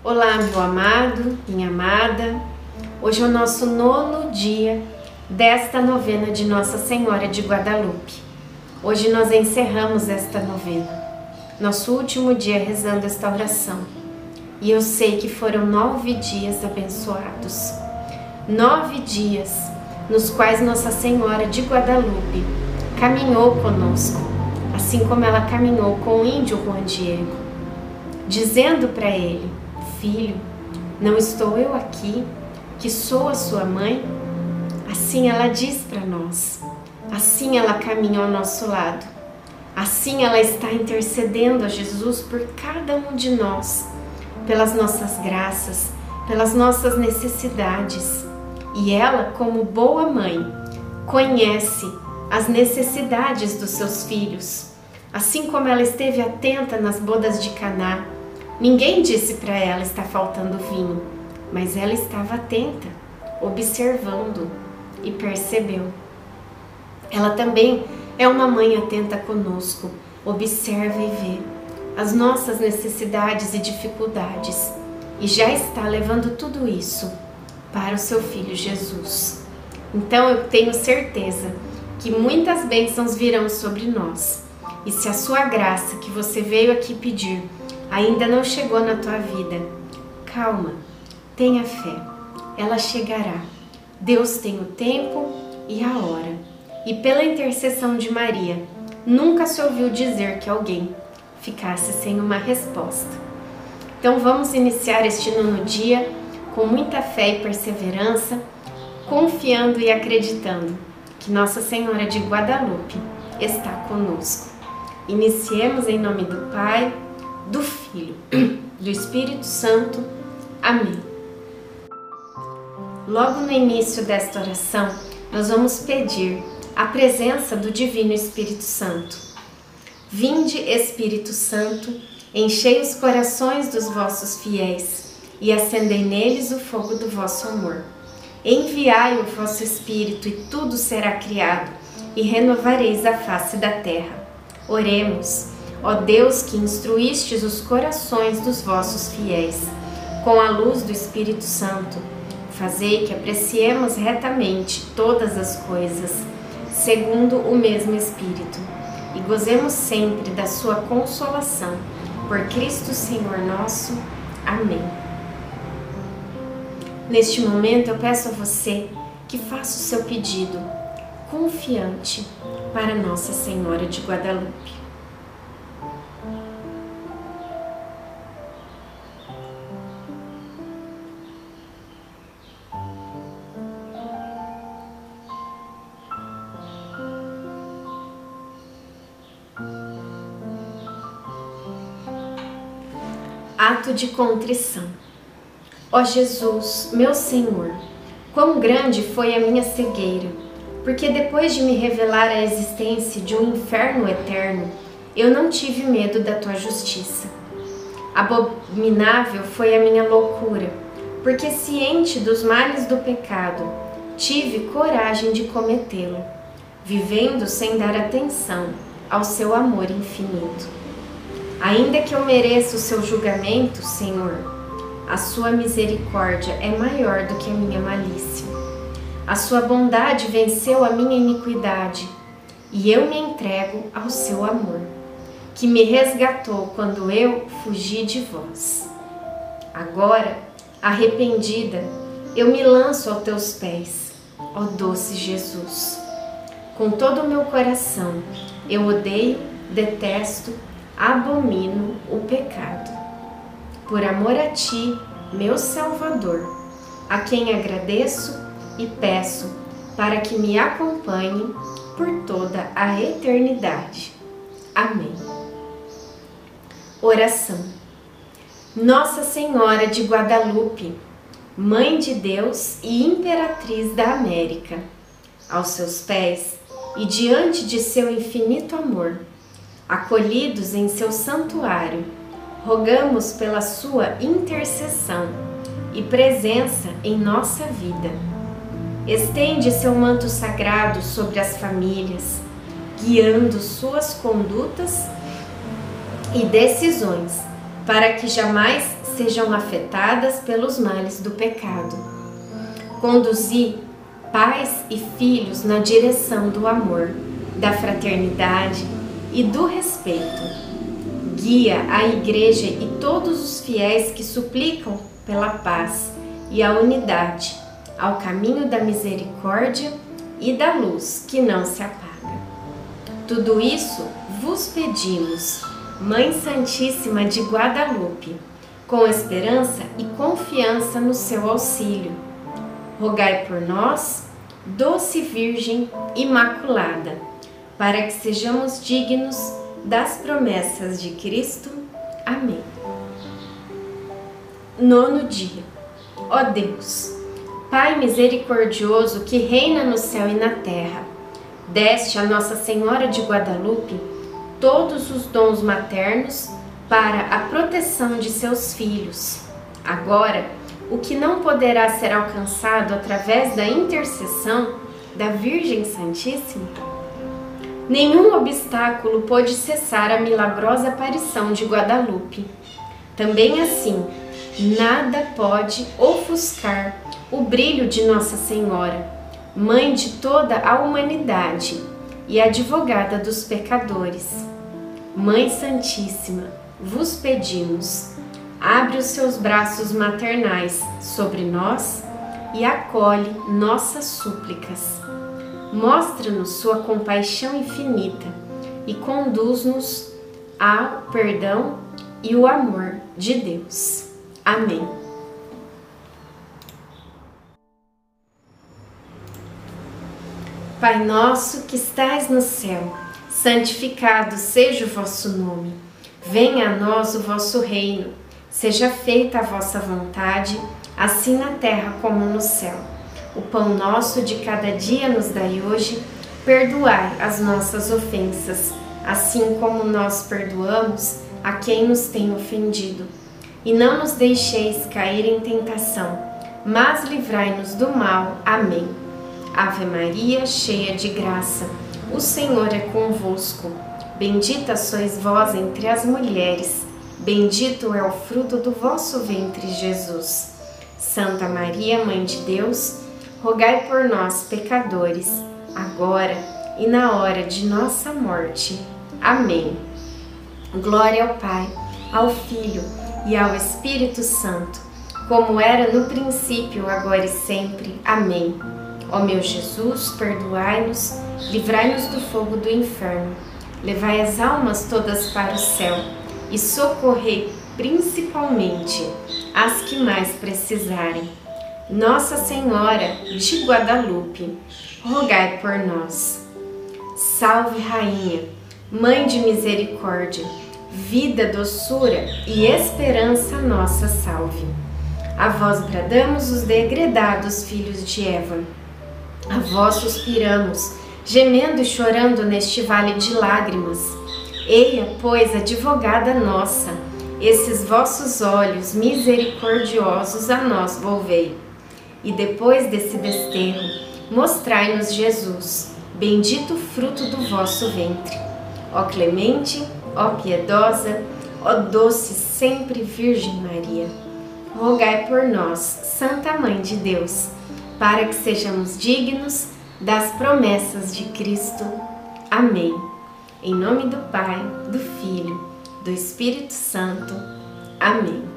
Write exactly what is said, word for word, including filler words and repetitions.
Olá, meu amado, minha amada. Hoje é o nosso nono dia desta novena de Nossa Senhora de Guadalupe. Hoje nós encerramos esta novena, nosso último dia rezando esta oração. E eu sei que foram nove dias abençoados, nove dias nos quais Nossa Senhora de Guadalupe caminhou conosco, assim como ela caminhou com o índio Juan Diego, dizendo para ele: filho, não estou eu aqui, que sou a sua mãe? Assim ela diz para nós, assim ela caminha ao nosso lado, assim ela está intercedendo a Jesus por cada um de nós, pelas nossas graças, pelas nossas necessidades. E ela, como boa mãe, conhece as necessidades dos seus filhos, assim como ela esteve atenta nas bodas de Caná. Ninguém disse para ela: está faltando vinho, mas ela estava atenta, observando e percebeu. Ela também é uma mãe atenta conosco, observa e vê as nossas necessidades e dificuldades e já está levando tudo isso para o seu filho Jesus. Então eu tenho certeza que muitas bênçãos virão sobre nós. E se a sua graça que você veio aqui pedir ainda não chegou na tua vida, calma, tenha fé, ela chegará. Deus tem o tempo e a hora. E pela intercessão de Maria, nunca se ouviu dizer que alguém ficasse sem uma resposta. Então vamos iniciar este nono dia com muita fé e perseverança, confiando e acreditando que Nossa Senhora de Guadalupe está conosco. Iniciemos em nome do Pai, do Filho, do Espírito Santo. Amém. Logo no início desta oração, nós vamos pedir a presença do Divino Espírito Santo. Vinde, Espírito Santo, enchei os corações dos vossos fiéis e acendei neles o fogo do vosso amor. Enviai o vosso Espírito e tudo será criado, e renovareis a face da terra. Oremos. Ó Deus, que instruístes os corações dos vossos fiéis com a luz do Espírito Santo, fazei que apreciemos retamente todas as coisas, segundo o mesmo Espírito, e gozemos sempre da sua consolação. Por Cristo Senhor nosso. Amém. Neste momento eu peço a você que faça o seu pedido confiante para Nossa Senhora de Guadalupe. Ato de contrição. Ó Jesus, meu Senhor, quão grande foi a minha cegueira, porque depois de me revelar a existência de um inferno eterno, eu não tive medo da tua justiça. Abominável foi a minha loucura, porque ciente dos males do pecado, tive coragem de cometê-lo, vivendo sem dar atenção ao seu amor infinito. Ainda que eu mereça o seu julgamento, Senhor, a sua misericórdia é maior do que a minha malícia. A sua bondade venceu a minha iniquidade, e eu me entrego ao seu amor, que me resgatou quando eu fugi de vós. Agora, arrependida, eu me lanço aos teus pés, ó doce Jesus. Com todo o meu coração, eu odeio, detesto, abomino o pecado. Por amor a ti, meu Salvador, a quem agradeço e peço para que me acompanhe por toda a eternidade. Amém. Oração. Nossa Senhora de Guadalupe, Mãe de Deus e Imperatriz da América, aos seus pés e diante de seu infinito amor, acolhidos em seu santuário, rogamos pela sua intercessão e presença em nossa vida. Estende seu manto sagrado sobre as famílias, guiando suas condutas e decisões, para que jamais sejam afetadas pelos males do pecado. Conduzi pais e filhos na direção do amor, da fraternidade e do respeito. Guia a Igreja e todos os fiéis que suplicam pela paz e a unidade ao caminho da misericórdia e da luz que não se apaga. Tudo isso vos pedimos, Mãe Santíssima de Guadalupe, com esperança e confiança no seu auxílio. Rogai por nós, doce Virgem Imaculada, para que sejamos dignos das promessas de Cristo. Amém. Nono dia. Ó Deus, Pai misericordioso que reina no céu e na terra, deste a Nossa Senhora de Guadalupe todos os dons maternos para a proteção de seus filhos. Agora, o que não poderá ser alcançado através da intercessão da Virgem Santíssima? Nenhum obstáculo pôde cessar a milagrosa aparição de Guadalupe. Também assim, nada pode ofuscar o brilho de Nossa Senhora, Mãe de toda a humanidade e advogada dos pecadores. Mãe Santíssima, vos pedimos, abre os seus braços maternais sobre nós e acolhe nossas súplicas. Mostra-nos sua compaixão infinita e conduz-nos ao perdão e o amor de Deus. Amém. Pai nosso que estais no céu, santificado seja o vosso nome. Venha a nós o vosso reino. Seja feita a vossa vontade, assim na terra como no céu. O pão nosso de cada dia nos dai hoje. Perdoai as nossas ofensas, assim como nós perdoamos a quem nos tem ofendido. E não nos deixeis cair em tentação, mas livrai-nos do mal. Amém. Ave Maria, cheia de graça, o Senhor é convosco. Bendita sois vós entre as mulheres, bendito é o fruto do vosso ventre, Jesus. Santa Maria, Mãe de Deus, rogai por nós, pecadores, agora e na hora de nossa morte. Amém. Glória ao Pai, ao Filho e ao Espírito Santo, como era no princípio, agora e sempre. Amém. Ó meu Jesus, perdoai-nos, livrai-nos do fogo do inferno, levai as almas todas para o céu e socorrei principalmente as que mais precisarem. Nossa Senhora de Guadalupe, rogai por nós. Salve Rainha, Mãe de Misericórdia, vida, doçura e esperança nossa salve. A vós bradamos os degredados filhos de Eva. A vós suspiramos, gemendo e chorando neste vale de lágrimas. Eia, pois, advogada nossa, esses vossos olhos misericordiosos a nós volvei. E depois desse desterro, mostrai-nos Jesus, bendito fruto do vosso ventre. Ó clemente, ó piedosa, ó doce sempre Virgem Maria, rogai por nós, Santa Mãe de Deus, para que sejamos dignos das promessas de Cristo. Amém. Em nome do Pai, do Filho, do Espírito Santo. Amém.